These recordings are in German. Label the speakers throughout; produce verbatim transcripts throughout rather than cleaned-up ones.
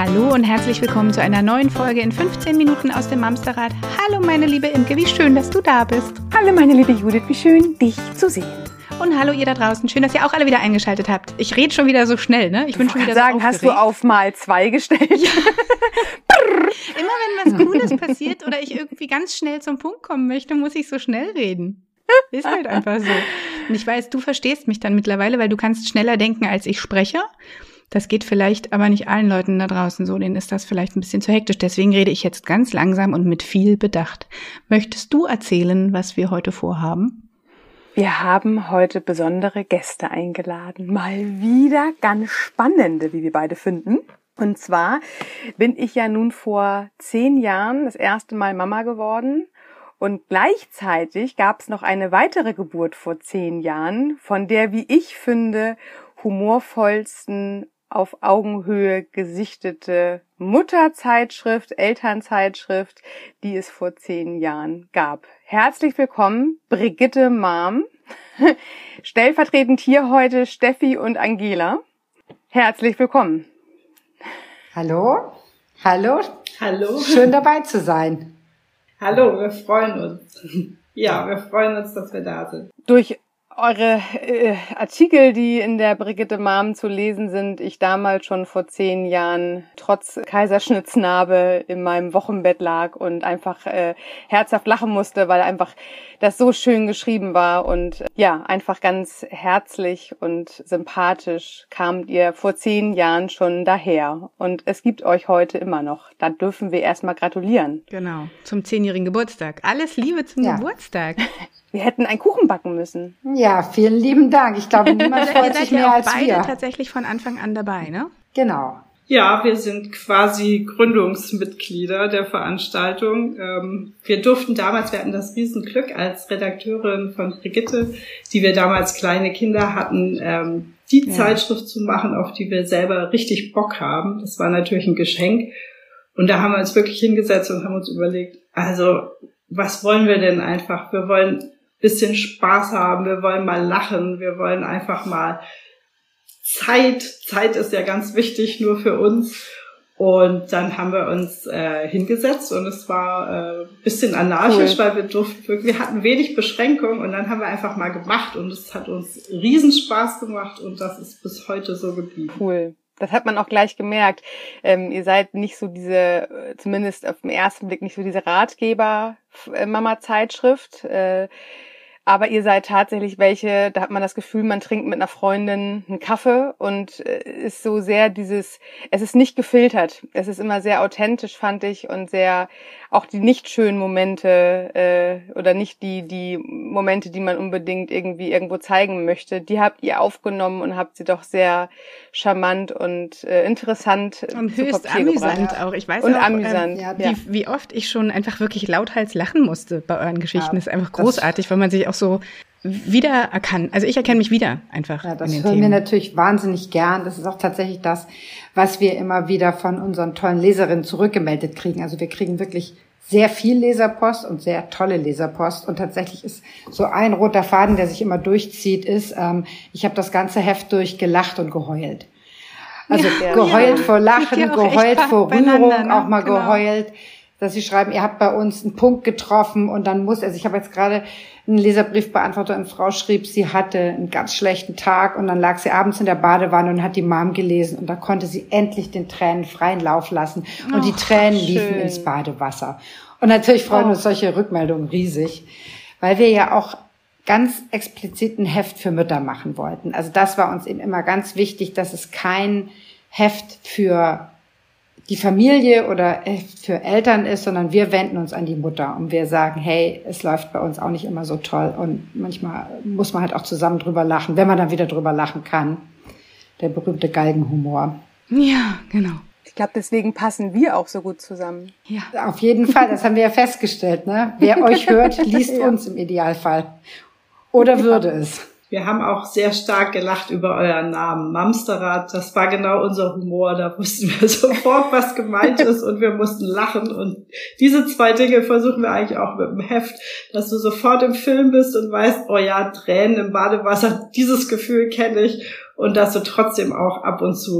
Speaker 1: Hallo und herzlich willkommen zu einer neuen Folge in fünfzehn Minuten aus dem Mamsterrad. Hallo meine liebe Imke, wie schön, dass du da bist.
Speaker 2: Hallo meine liebe Judith, wie schön, dich zu sehen.
Speaker 1: Und hallo ihr da draußen, schön, dass ihr auch alle wieder eingeschaltet habt. Ich rede schon wieder so schnell, ne? Ich bin schon wieder
Speaker 2: sagen,
Speaker 1: so
Speaker 2: hast du auf mal zwei gestellt? Ja.
Speaker 1: Immer wenn was Cooles passiert oder ich irgendwie ganz schnell zum Punkt kommen möchte, muss ich so schnell reden. Ist halt einfach so. Und ich weiß, du verstehst mich dann mittlerweile, weil du kannst schneller denken, als ich spreche. Das geht vielleicht aber nicht allen Leuten da draußen so, denen ist das vielleicht ein bisschen zu hektisch. Deswegen rede ich jetzt ganz langsam und mit viel Bedacht. Möchtest du erzählen, was wir heute vorhaben?
Speaker 2: Wir haben heute besondere Gäste eingeladen. Mal wieder ganz spannende, wie wir beide finden. Und zwar bin ich ja nun vor zehn Jahren das erste Mal Mama geworden. Und gleichzeitig gab es noch eine weitere Geburt vor zehn Jahren, von der, wie ich finde, humorvollsten, auf Augenhöhe gesichtete Mutterzeitschrift, Elternzeitschrift, die es vor zehn Jahren gab. Herzlich willkommen, Brigitte Mom. Stellvertretend hier heute Steffi und Angela. Herzlich willkommen.
Speaker 3: Hallo, hallo,
Speaker 4: hallo.
Speaker 3: Schön dabei zu sein.
Speaker 4: Hallo, wir freuen uns. Ja, wir freuen uns, dass wir da sind.
Speaker 2: Durch eure äh, Artikel, die in der Brigitte Mom zu lesen sind, ich damals schon vor zehn Jahren trotz Kaiserschnittsnarbe in meinem Wochenbett lag und einfach äh, herzhaft lachen musste, weil einfach das so schön geschrieben war und ja, einfach ganz herzlich und sympathisch kamt ihr vor zehn Jahren schon daher und es gibt euch heute immer noch. Da dürfen wir erstmal gratulieren.
Speaker 1: Genau, zum zehnjährigen Geburtstag. Alles Liebe zum ja. Geburtstag.
Speaker 2: Wir hätten einen Kuchen backen müssen.
Speaker 3: Ja, vielen lieben Dank. Ich glaube, niemand freut sich mehr als wir.
Speaker 1: Ihr seid ja beide tatsächlich von Anfang an dabei, ne?
Speaker 3: Genau.
Speaker 4: Ja, wir sind quasi Gründungsmitglieder der Veranstaltung. Wir durften damals, wir hatten das Riesenglück als Redakteurin von Brigitte, die wir damals kleine Kinder hatten, die ja. Zeitschrift zu machen, auf die wir selber richtig Bock haben. Das war natürlich ein Geschenk. Und da haben wir uns wirklich hingesetzt und haben uns überlegt, also was wollen wir denn einfach? Wir wollen bisschen Spaß haben, wir wollen mal lachen, wir wollen einfach mal Zeit, Zeit ist ja ganz wichtig nur für uns und dann haben wir uns äh, hingesetzt und es war äh, bisschen anarchisch, cool. weil wir durften, wir hatten wenig Beschränkung und dann haben wir einfach mal gemacht und es hat uns riesen Spaß gemacht und das ist bis heute so geblieben.
Speaker 2: Cool. Das hat man auch gleich gemerkt. Ähm, ihr seid nicht so diese, zumindest auf den ersten Blick nicht so diese Ratgeber-Mama-Zeitschrift, äh, aber ihr seid tatsächlich welche, da hat man das Gefühl, man trinkt mit einer Freundin einen Kaffee und ist so sehr dieses, es ist nicht gefiltert. Es ist immer sehr authentisch, fand ich, und sehr, auch die nicht schönen Momente äh, oder nicht die die Momente, die man unbedingt irgendwie irgendwo zeigen möchte, die habt ihr aufgenommen und habt sie doch sehr charmant und äh, interessant
Speaker 1: und höchst amüsant
Speaker 2: gebracht.
Speaker 1: auch. Ich weiß
Speaker 2: und
Speaker 1: auch,
Speaker 2: amüsant.
Speaker 1: Ähm, ja. wie, wie oft ich schon einfach wirklich lauthals lachen musste bei euren Geschichten. Ja, das ist einfach großartig, weil man sich auch so wiedererkannt. Also ich erkenne mich wieder einfach.
Speaker 3: Ja, das
Speaker 1: in den
Speaker 3: hören
Speaker 1: Themen.
Speaker 3: wir natürlich wahnsinnig gern. Das ist auch tatsächlich das, was wir immer wieder von unseren tollen Leserinnen zurückgemeldet kriegen. Also wir kriegen wirklich sehr viel Leserpost und sehr tolle Leserpost. Und tatsächlich ist so ein roter Faden, der sich immer durchzieht, ist, ähm, ich habe das ganze Heft durch gelacht und geheult. Also ja, geheult ja. vor Lachen, ja geheult vor Rührung, ne? auch mal genau. geheult. Dass sie schreiben, ihr habt bei uns einen Punkt getroffen und dann muss, also ich habe jetzt gerade einen Leserbrief beantwortet, eine Frau schrieb, sie hatte einen ganz schlechten Tag und dann lag sie abends in der Badewanne und hat die Mom gelesen und da konnte sie endlich den Tränen freien Lauf lassen und Och, die Tränen schön. liefen ins Badewasser. Und natürlich freuen oh. uns solche Rückmeldungen riesig, weil wir ja auch ganz explizit ein Heft für Mütter machen wollten. Also das war uns eben immer ganz wichtig, dass es kein Heft für die Familie oder für Eltern ist, sondern wir wenden uns an die Mutter und wir sagen, hey, es läuft bei uns auch nicht immer so toll und manchmal muss man halt auch zusammen drüber lachen, wenn man dann wieder drüber lachen kann. Der berühmte Galgenhumor.
Speaker 1: Ja, genau.
Speaker 2: Ich glaube, deswegen passen wir auch so gut zusammen.
Speaker 3: Ja, auf jeden Fall, das haben wir ja festgestellt, ne? Wer euch hört, liest ja. uns im Idealfall. Oder ja. würde es.
Speaker 4: Wir haben auch sehr stark gelacht über euren Namen, Mamsterrad. Das war genau unser Humor. Da wussten wir sofort, was gemeint ist und wir mussten lachen. Und diese zwei Dinge versuchen wir eigentlich auch mit dem Heft, dass du sofort im Film bist und weißt, oh ja, Tränen im Badewasser, dieses Gefühl kenne ich. Und dass du trotzdem auch ab und zu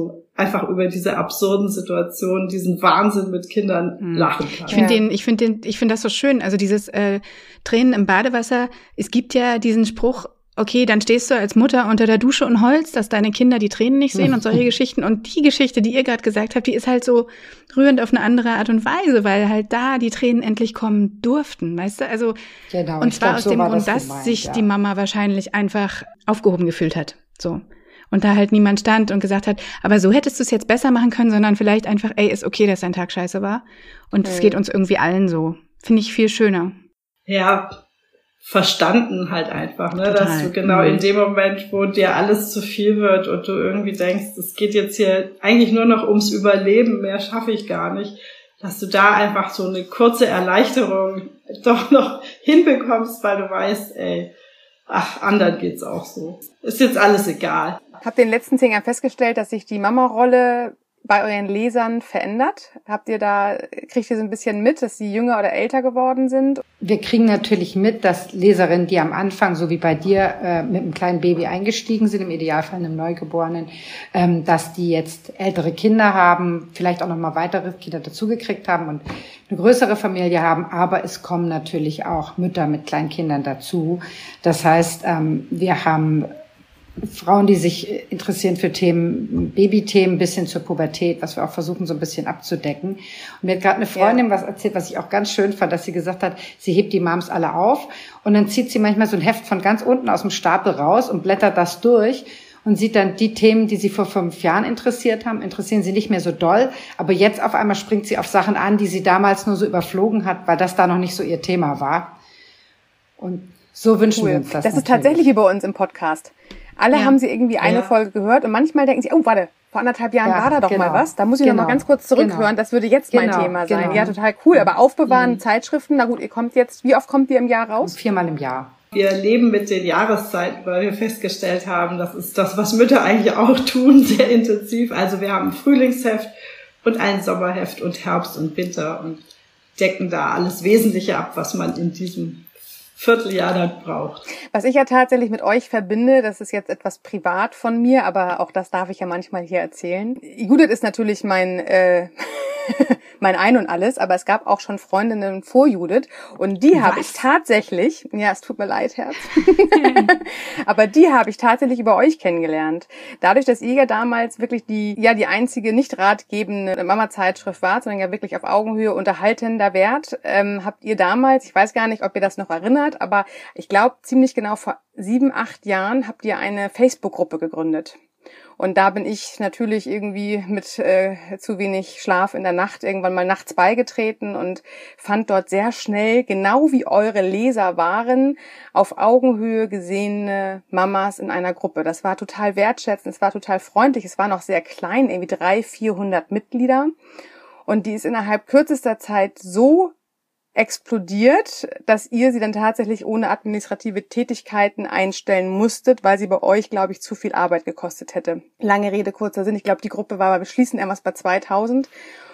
Speaker 4: einfach über diese absurden Situationen, diesen Wahnsinn mit Kindern mhm. lachen kann.
Speaker 1: Ich finde ja. den, ich finde den, ich finde das so schön. Also dieses äh, Tränen im Badewasser. Es gibt ja diesen Spruch, okay, dann stehst du als Mutter unter der Dusche und heulst, dass deine Kinder die Tränen nicht sehen und solche Geschichten. Und die Geschichte, die ihr gerade gesagt habt, die ist halt so rührend auf eine andere Art und Weise, weil halt da die Tränen endlich kommen durften, weißt du? Also
Speaker 3: genau,
Speaker 1: und zwar
Speaker 3: glaub,
Speaker 1: aus
Speaker 3: so
Speaker 1: dem Grund,
Speaker 3: das
Speaker 1: dass
Speaker 3: gemeint,
Speaker 1: sich
Speaker 3: ja.
Speaker 1: die Mama wahrscheinlich einfach aufgehoben gefühlt hat. So. Und da halt niemand stand und gesagt hat, aber so hättest du es jetzt besser machen können, sondern vielleicht einfach, ey, ist okay, dass dein Tag scheiße war. Und es mhm. geht uns irgendwie allen so. Finde ich viel schöner.
Speaker 4: Ja, verstanden halt einfach, ne, Total. Dass du genau mhm. in dem Moment, wo dir alles zu viel wird und du irgendwie denkst, es geht jetzt hier eigentlich nur noch ums Überleben, mehr schaffe ich gar nicht, dass du da einfach so eine kurze Erleichterung doch noch hinbekommst, weil du weißt, ey, ach, anderen geht's auch so. Ist jetzt alles egal.
Speaker 2: Habt ihr in den letzten zehn Jahren festgestellt, dass sich die Mama-Rolle bei euren Lesern verändert? Habt ihr da, kriegt ihr so ein bisschen mit, dass sie jünger oder älter geworden sind?
Speaker 3: Wir kriegen natürlich mit, dass Leserinnen, die am Anfang, so wie bei dir, äh, mit einem kleinen Baby eingestiegen sind, im Idealfall einem Neugeborenen, ähm, dass die jetzt ältere Kinder haben, vielleicht auch noch mal weitere Kinder dazugekriegt haben und eine größere Familie haben. Aber es kommen natürlich auch Mütter mit kleinen Kindern dazu. Das heißt, ähm, wir haben Frauen, die sich interessieren für Themen, Babythemen bis hin zur Pubertät, was wir auch versuchen so ein bisschen abzudecken. Und mir hat gerade eine Freundin ja. was erzählt, was ich auch ganz schön fand, dass sie gesagt hat, sie hebt die Moms alle auf und dann zieht sie manchmal so ein Heft von ganz unten aus dem Stapel raus und blättert das durch und sieht dann die Themen, die sie vor fünf Jahren interessiert haben, interessieren sie nicht mehr so doll. Aber jetzt auf einmal springt sie auf Sachen an, die sie damals nur so überflogen hat, weil das da noch nicht so ihr Thema war. Und so wünschen
Speaker 2: cool.
Speaker 3: wir uns das.
Speaker 2: Das
Speaker 3: natürlich.
Speaker 2: ist tatsächlich wie bei uns im Podcast. Alle ja. haben sie irgendwie eine ja. Folge gehört und manchmal denken sie, oh, warte, vor anderthalb Jahren ja, war da doch genau. mal was. Da muss ich genau. noch mal ganz kurz zurückhören. Genau. Das würde jetzt genau. mein Thema sein. Genau. Ja, total cool. Aber aufbewahren, mhm. Zeitschriften, na gut, ihr kommt jetzt, wie oft kommt ihr im Jahr raus?
Speaker 3: Viermal im Jahr.
Speaker 4: Wir leben mit den Jahreszeiten, weil wir festgestellt haben, das ist das, was Mütter eigentlich auch tun, sehr intensiv. Also wir haben ein Frühlingsheft und ein Sommerheft und Herbst und Winter und decken da alles Wesentliche ab, was man in diesem Vierteljahr dann braucht.
Speaker 2: Was ich ja tatsächlich mit euch verbinde, das ist jetzt etwas privat von mir, aber auch das darf ich ja manchmal hier erzählen. Judith ist natürlich mein äh, mein Ein und Alles, aber es gab auch schon Freundinnen vor Judith und die habe ich tatsächlich, ja, es tut mir leid, Herz, aber die habe ich tatsächlich über euch kennengelernt. Dadurch, dass ihr ja damals wirklich die, ja, die einzige nicht ratgebende Mama-Zeitschrift wart, sondern ja wirklich auf Augenhöhe unterhaltender Wert, ähm, habt ihr damals, ich weiß gar nicht, ob ihr das noch erinnert, aber ich glaube, ziemlich genau vor sieben, acht Jahren habt ihr eine Facebook-Gruppe gegründet. Und da bin ich natürlich irgendwie mit äh, zu wenig Schlaf in der Nacht irgendwann mal nachts beigetreten und fand dort sehr schnell, genau wie eure Leser waren, auf Augenhöhe gesehene Mamas in einer Gruppe. Das war total wertschätzend, es war total freundlich, es war noch sehr klein, irgendwie dreihundert, vierhundert Mitglieder. Und die ist innerhalb kürzester Zeit so explodiert, dass ihr sie dann tatsächlich ohne administrative Tätigkeiten einstellen musstet, weil sie bei euch, glaube ich, zu viel Arbeit gekostet hätte. Lange Rede, kurzer Sinn. Ich glaube, die Gruppe war bei Beschließen irgendwas bei zweitausend.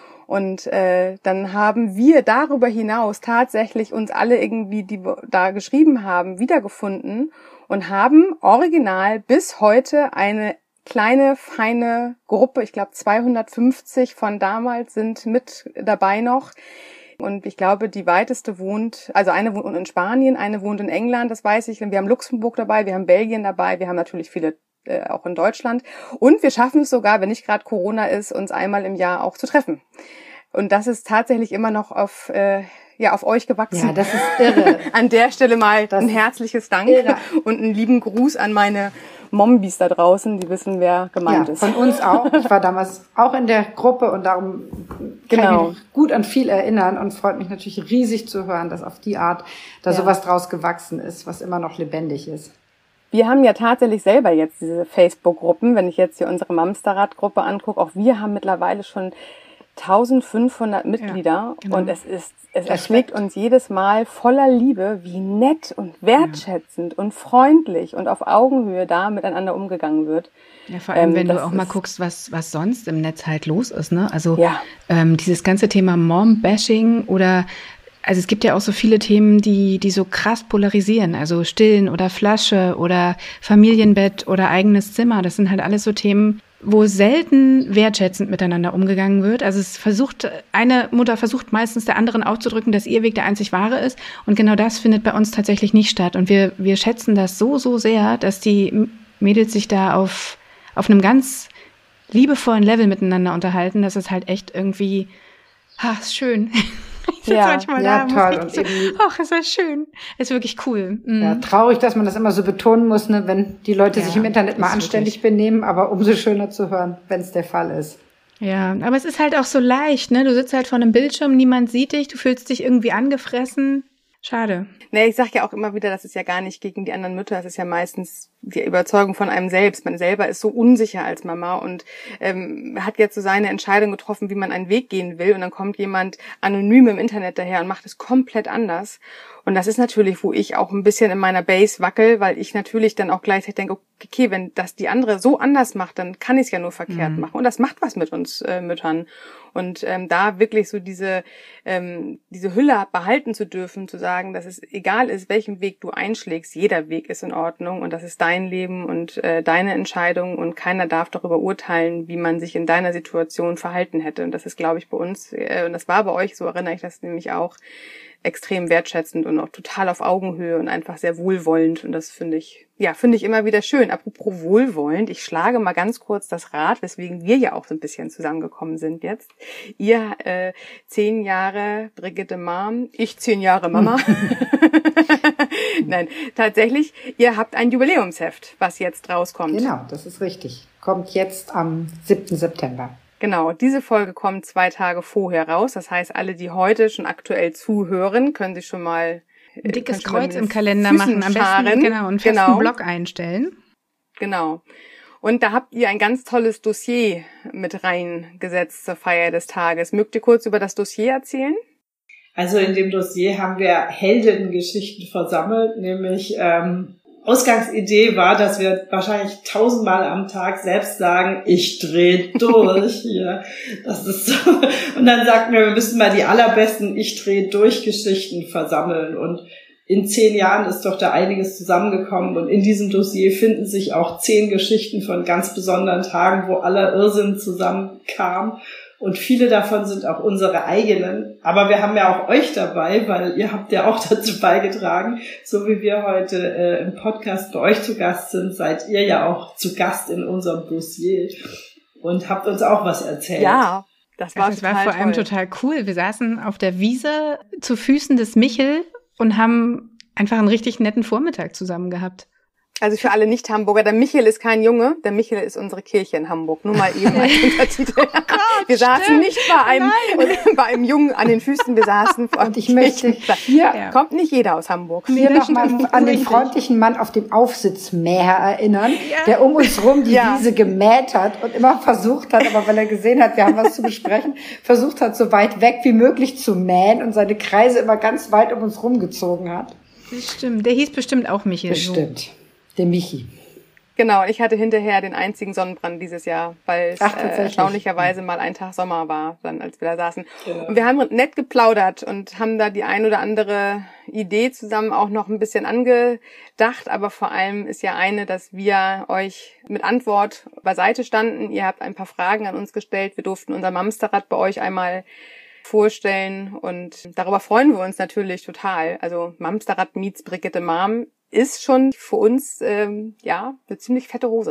Speaker 2: Und äh, dann haben wir darüber hinaus tatsächlich uns alle irgendwie, die da geschrieben haben, wiedergefunden und haben original bis heute eine kleine, feine Gruppe, ich glaube zweihundertfünfzig von damals sind mit dabei noch. Und ich glaube, die weiteste wohnt, also eine wohnt in Spanien, eine wohnt in England, das weiß ich. Und wir haben Luxemburg dabei, wir haben Belgien dabei, wir haben natürlich viele äh, auch in Deutschland. Und wir schaffen es sogar, wenn nicht gerade Corona ist, uns einmal im Jahr auch zu treffen. Und das ist tatsächlich immer noch auf äh, ja auf euch gewachsen.
Speaker 3: Ja, das ist irre.
Speaker 2: An der Stelle mal
Speaker 3: das
Speaker 2: ein herzliches Dank
Speaker 3: irre.
Speaker 2: Und einen lieben Gruß an meine Mombis da draußen, die wissen, wer gemeint
Speaker 3: ja,
Speaker 2: ist.
Speaker 3: Von uns auch. Ich war damals auch in der Gruppe und darum kann
Speaker 2: genau.
Speaker 3: ich mich gut an viel erinnern und freut mich natürlich riesig zu hören, dass auf die Art da ja. sowas draus gewachsen ist, was immer noch lebendig ist.
Speaker 2: Wir haben ja tatsächlich selber jetzt diese Facebook-Gruppen, wenn ich jetzt hier unsere Mamsterrad-Gruppe angucke, auch wir haben mittlerweile schon eintausendfünfhundert Mitglieder ja, genau. und es ist es erschlägt uns jedes Mal voller Liebe, wie nett und wertschätzend ja. und freundlich und auf Augenhöhe da miteinander umgegangen wird.
Speaker 1: Ja, vor allem, ähm, wenn du auch mal guckst, was was sonst im Netz halt los ist, ne? Also
Speaker 2: ja.
Speaker 1: ähm, dieses ganze Thema Mom-Bashing oder also es gibt ja auch so viele Themen, die die so krass polarisieren, also Stillen oder Flasche oder Familienbett oder eigenes Zimmer. Das sind halt alles so Themen, wo selten wertschätzend miteinander umgegangen wird. Also es versucht, eine Mutter versucht meistens der anderen auszudrücken, dass ihr Weg der einzig wahre ist. Und genau das findet bei uns tatsächlich nicht statt. Und wir, wir schätzen das so, so sehr, dass die Mädels sich da auf, auf einem ganz liebevollen Level miteinander unterhalten. Das ist halt echt irgendwie, ha, ist schön. Ich sitze
Speaker 3: ja,
Speaker 1: manchmal
Speaker 3: ja,
Speaker 1: da
Speaker 3: toll.
Speaker 1: und so, ach, ist das schön. Ist wirklich cool. Mhm.
Speaker 3: Ja, traurig, dass man das immer so betonen muss, ne, wenn die Leute
Speaker 1: Ja,
Speaker 3: sich im Internet mal anständig wirklich benehmen, aber umso schöner zu hören, wenn es der Fall ist.
Speaker 1: Ja, aber es ist halt auch so leicht, ne? Du sitzt halt vor einem Bildschirm, niemand sieht dich, du fühlst dich irgendwie angefressen. Schade.
Speaker 2: Nee, ich sage ja auch immer wieder, das ist ja gar nicht gegen die anderen Mütter, das ist ja meistens die Überzeugung von einem selbst. Man selber ist so unsicher als Mama und ähm, hat jetzt so seine Entscheidung getroffen, wie man einen Weg gehen will und dann kommt jemand anonym im Internet daher und macht es komplett anders. Und das ist natürlich, wo ich auch ein bisschen in meiner Base wackel, weil ich natürlich dann auch gleichzeitig denke, okay, wenn das die andere so anders macht, dann kann ich es ja nur verkehrt mhm. machen. Und das macht was mit uns äh, Müttern. Und ähm, da wirklich so diese ähm, diese Hülle behalten zu dürfen, zu sagen, dass es egal ist, welchen Weg du einschlägst, jeder Weg ist in Ordnung und das ist dein Leben und äh, deine Entscheidung und keiner darf darüber urteilen, wie man sich in deiner Situation verhalten hätte. Und das ist, glaube ich, bei uns, äh, und das war bei euch, so erinnere ich das nämlich auch, extrem wertschätzend und auch total auf Augenhöhe und einfach sehr wohlwollend. Und das finde ich, ja, finde ich immer wieder schön. Apropos wohlwollend, ich schlage mal ganz kurz das Rad, weswegen wir ja auch so ein bisschen zusammengekommen sind jetzt. Ihr äh, zehn Jahre Brigitte Mom, ich zehn Jahre Mama. Nein, tatsächlich, ihr habt ein Jubiläumsheft, was jetzt rauskommt.
Speaker 3: Genau, das ist richtig. Kommt jetzt am siebten September.
Speaker 2: Genau, diese Folge kommt zwei Tage vorher raus. Das heißt, alle, die heute schon aktuell zuhören, können sich schon mal
Speaker 1: ein dickes Kreuz im Kalender machen, am besten genau, und festen genau. Blog einstellen.
Speaker 2: Genau. Und da habt ihr ein ganz tolles Dossier mit reingesetzt zur Feier des Tages. Mögt ihr kurz über das Dossier erzählen?
Speaker 4: Also in dem Dossier haben wir Heldengeschichten versammelt, nämlich ähm, Ausgangsidee war, dass wir wahrscheinlich tausendmal am Tag selbst sagen, ich dreh durch hier. Das ist so. Und dann sagten wir, wir müssen mal die allerbesten Ich dreh durch Geschichten versammeln. Und in zehn Jahren ist doch da einiges zusammengekommen. Und in diesem Dossier finden sich auch zehn Geschichten von ganz besonderen Tagen, wo aller Irrsinn zusammenkam. Und viele davon sind auch unsere eigenen. Aber wir haben ja auch euch dabei, weil ihr habt ja auch dazu beigetragen. So wie wir heute äh, im Podcast bei euch zu Gast sind, seid ihr ja auch zu Gast in unserem Dossier und habt uns auch was erzählt.
Speaker 2: Ja, das war,
Speaker 1: das war vor allem total cool. Wir saßen auf der Wiese zu Füßen des Michel und haben einfach einen richtig netten Vormittag zusammen gehabt.
Speaker 2: Also für alle Nicht-Hamburger, der Michel ist kein Junge, der Michel ist unsere Kirche in Hamburg. Nur mal eben als Untertitel. Oh Gott, wir saßen stimmt. nicht bei einem, bei einem Jungen an den Füßen, wir saßen vor
Speaker 3: Und ich möchte hier,
Speaker 2: ja. kommt nicht jeder aus Hamburg.
Speaker 3: Hier nochmal an den freundlichen Mann auf dem Aufsitzmäher erinnern, ja. der um uns rum die ja. Wiese gemäht hat und immer versucht hat, aber weil er gesehen hat, wir haben was zu besprechen, versucht hat, so weit weg wie möglich zu mähen und seine Kreise immer ganz weit um uns rumgezogen hat.
Speaker 1: Das stimmt, der hieß bestimmt auch Michel.
Speaker 3: Bestimmt. Der Michi.
Speaker 2: Genau, ich hatte hinterher den einzigen Sonnenbrand dieses Jahr, weil es äh, erstaunlicherweise mal ein Tag Sommer war, dann als wir da saßen. Ja. Und wir haben nett geplaudert und haben da die ein oder andere Idee zusammen auch noch ein bisschen angedacht. Aber vor allem ist ja eine, dass wir euch mit Antwort beiseite standen. Ihr habt ein paar Fragen an uns gestellt. Wir durften unser Mamsterrad bei euch einmal vorstellen und darüber freuen wir uns natürlich total. Also Mamsterrad meets Brigitte Mom ist schon für uns ähm, ja eine ziemlich fette Hose.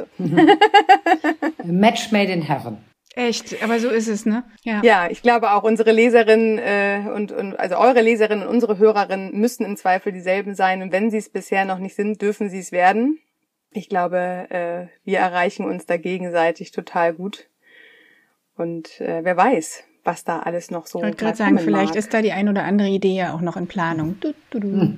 Speaker 3: Match made in heaven.
Speaker 1: Echt, aber so ist es, ne?
Speaker 2: Ja, ja, ich glaube auch unsere Leserinnen äh, und, und also eure Leserinnen und unsere Hörerinnen müssen im Zweifel dieselben sein und wenn sie es bisher noch nicht sind, dürfen sie es werden. Ich glaube, äh, wir erreichen uns da gegenseitig total gut und äh, wer weiß, was da alles noch so.
Speaker 1: Ich wollte gerade sagen, vielleicht mag. Ist da die ein oder andere Idee ja auch noch in Planung. Du, du, du.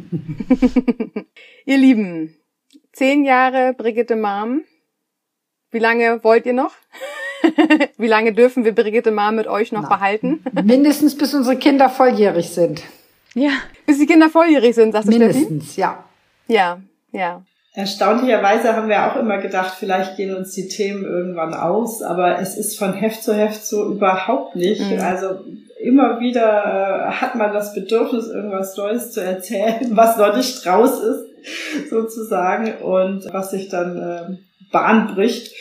Speaker 2: Ihr Lieben, zehn Jahre Brigitte Mom. Wie lange wollt ihr noch? Wie lange dürfen wir Brigitte Mom mit euch noch Na, behalten?
Speaker 3: Mindestens bis unsere Kinder volljährig sind.
Speaker 1: Ja.
Speaker 2: Bis die Kinder volljährig sind, sagst du,
Speaker 3: Mindestens,
Speaker 2: Steffi? Ja. Ja, ja.
Speaker 4: Erstaunlicherweise haben wir auch immer gedacht, vielleicht gehen uns die Themen irgendwann aus, aber es ist von Heft zu Heft so überhaupt nicht. Mhm. Also immer wieder äh, hat man das Bedürfnis, irgendwas Neues zu erzählen, was noch nicht raus ist, sozusagen, und was sich dann äh, Bahn bricht.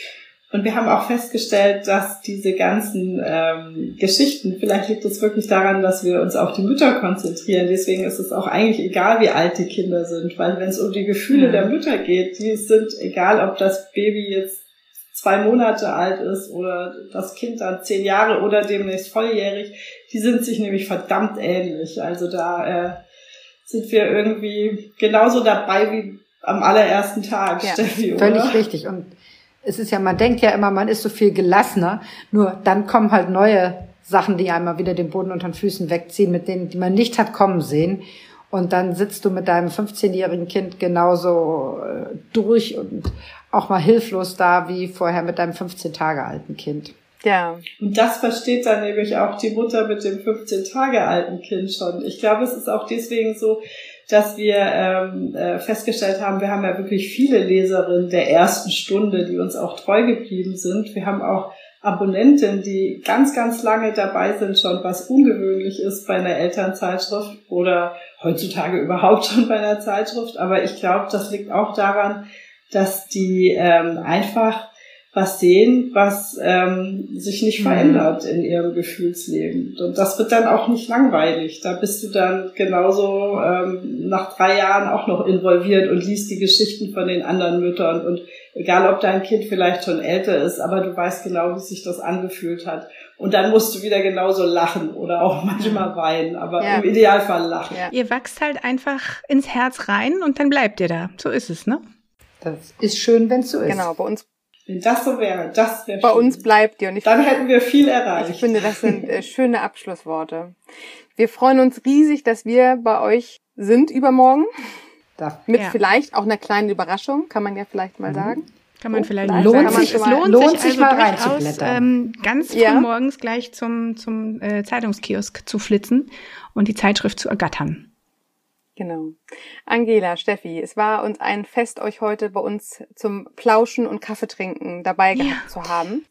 Speaker 4: Und wir haben auch festgestellt, dass diese ganzen ähm, Geschichten, vielleicht liegt es wirklich daran, dass wir uns auf die Mütter konzentrieren. Deswegen ist es auch eigentlich egal, wie alt die Kinder sind. Weil wenn es um die Gefühle ja. der Mütter geht, die sind egal, ob das Baby jetzt zwei Monate alt ist oder das Kind dann zehn Jahre oder demnächst volljährig, die sind sich nämlich verdammt ähnlich. Also da äh, sind wir irgendwie genauso dabei wie am allerersten Tag,
Speaker 3: ja,
Speaker 4: Steffi, oder?
Speaker 3: Völlig richtig. Und es ist ja, man denkt ja immer, man ist so viel gelassener, nur dann kommen halt neue Sachen, die einmal wieder den Boden unter den Füßen wegziehen, mit denen, die man nicht hat kommen sehen. Und dann sitzt du mit deinem fünfzehnjährigen Kind genauso äh, durch und auch mal hilflos da wie vorher mit deinem fünfzehn Tage alten Kind.
Speaker 2: Ja.
Speaker 4: Und das versteht dann nämlich auch die Mutter mit dem fünfzehn Tage alten Kind schon. Ich glaube, es ist auch deswegen so, dass wir ähm, äh, festgestellt haben, wir haben ja wirklich viele Leserinnen der ersten Stunde, die uns auch treu geblieben sind. Wir haben auch Abonnentinnen, die ganz, ganz lange dabei sind schon, was ungewöhnlich ist bei einer Elternzeitschrift oder heutzutage überhaupt schon bei einer Zeitschrift. Aber ich glaube, das liegt auch daran, dass die ähm, einfach was sehen, was ähm, sich nicht verändert in ihrem Gefühlsleben. Und das wird dann auch nicht langweilig. Da bist du dann genauso ähm, nach drei Jahren auch noch involviert und liest die Geschichten von den anderen Müttern. Und egal, ob dein Kind vielleicht schon älter ist, aber du weißt genau, wie sich das angefühlt hat. Und dann musst du wieder genauso lachen oder auch manchmal weinen, aber ja. im Idealfall lachen.
Speaker 1: Ja. Ihr wachst halt einfach ins Herz rein und dann bleibt ihr da. So ist es, ne?
Speaker 3: Das ist schön, wenn es so ist.
Speaker 2: Genau, bei uns
Speaker 4: Wenn das so wäre, das wäre
Speaker 2: Bei
Speaker 4: schön.
Speaker 2: uns bleibt ihr. Und ich
Speaker 4: Dann hätten wir viel erreicht.
Speaker 2: Ich finde, das sind äh, schöne Abschlussworte. Wir freuen uns riesig, dass wir bei euch sind übermorgen.
Speaker 3: Da.
Speaker 2: Mit
Speaker 1: ja.
Speaker 2: vielleicht auch einer kleinen Überraschung, kann man ja vielleicht mal mhm. sagen.
Speaker 1: Kann man vielleicht
Speaker 3: lohnt
Speaker 1: sagen.
Speaker 3: sich,
Speaker 1: es
Speaker 3: mal,
Speaker 1: lohnt,
Speaker 3: lohnt
Speaker 1: sich,
Speaker 3: sich
Speaker 1: also
Speaker 3: mal
Speaker 1: durchaus,
Speaker 3: reinzublättern.
Speaker 1: Ähm, ganz früh
Speaker 2: Ja.
Speaker 1: morgens gleich zum, zum äh, Zeitungskiosk zu flitzen und die Zeitschrift zu ergattern.
Speaker 2: Genau. Angela, Steffi, es war uns ein Fest, euch heute bei uns zum Plauschen und Kaffeetrinken dabei
Speaker 1: Ja.
Speaker 2: gehabt zu haben.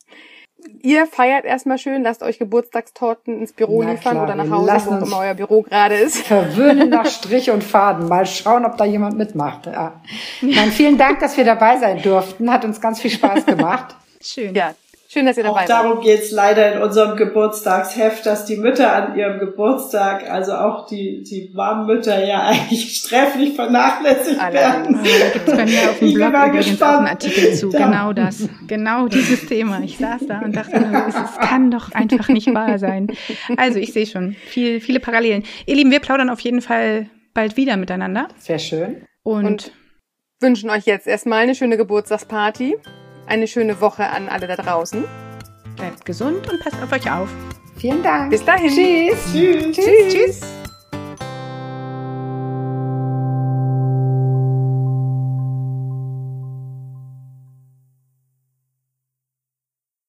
Speaker 2: Ihr feiert erstmal schön, lasst euch Geburtstagstorten ins Büro
Speaker 3: Na
Speaker 2: liefern
Speaker 3: klar,
Speaker 2: oder nach
Speaker 3: wir
Speaker 2: Hause,
Speaker 3: lassen
Speaker 2: wo
Speaker 3: uns
Speaker 2: immer euer Büro gerade ist.
Speaker 3: Verwöhnen nach Strich und Faden. Mal schauen, ob da jemand mitmacht. Ja. Nein, vielen Dank, dass wir dabei sein durften. Hat uns ganz viel Spaß gemacht.
Speaker 1: Schön.
Speaker 2: Ja, schön, dass ihr dabei
Speaker 4: Auch
Speaker 2: wart.
Speaker 4: darum geht's leider in unserem Geburtstagsheft, dass die Mütter an ihrem Geburtstag, also auch die die Warmmütter, ja eigentlich sträflich vernachlässigt werden.
Speaker 2: Allerdings.
Speaker 1: Da gibt's bei mir auf dem
Speaker 4: Ich bin
Speaker 1: Blog
Speaker 4: mal
Speaker 1: übrigens
Speaker 4: gespannt.
Speaker 1: auch einen Artikel zu.
Speaker 4: Ja.
Speaker 1: Genau das. Genau dieses Thema. Ich saß da und dachte nur, es es kann doch einfach nicht wahr sein. Also ich sehe schon viel, viele Parallelen. Ihr Lieben, wir plaudern auf jeden Fall bald wieder miteinander.
Speaker 3: Sehr schön.
Speaker 1: Und,
Speaker 2: Und wünschen euch jetzt erstmal eine schöne Geburtstagsparty, eine schöne Woche an alle da draußen.
Speaker 1: bleibt gesund und passt auf euch auf.
Speaker 3: Vielen Dank.
Speaker 2: Bis dahin.
Speaker 3: Tschüss.
Speaker 4: Tschüss.
Speaker 2: Tschüss. Tschüss.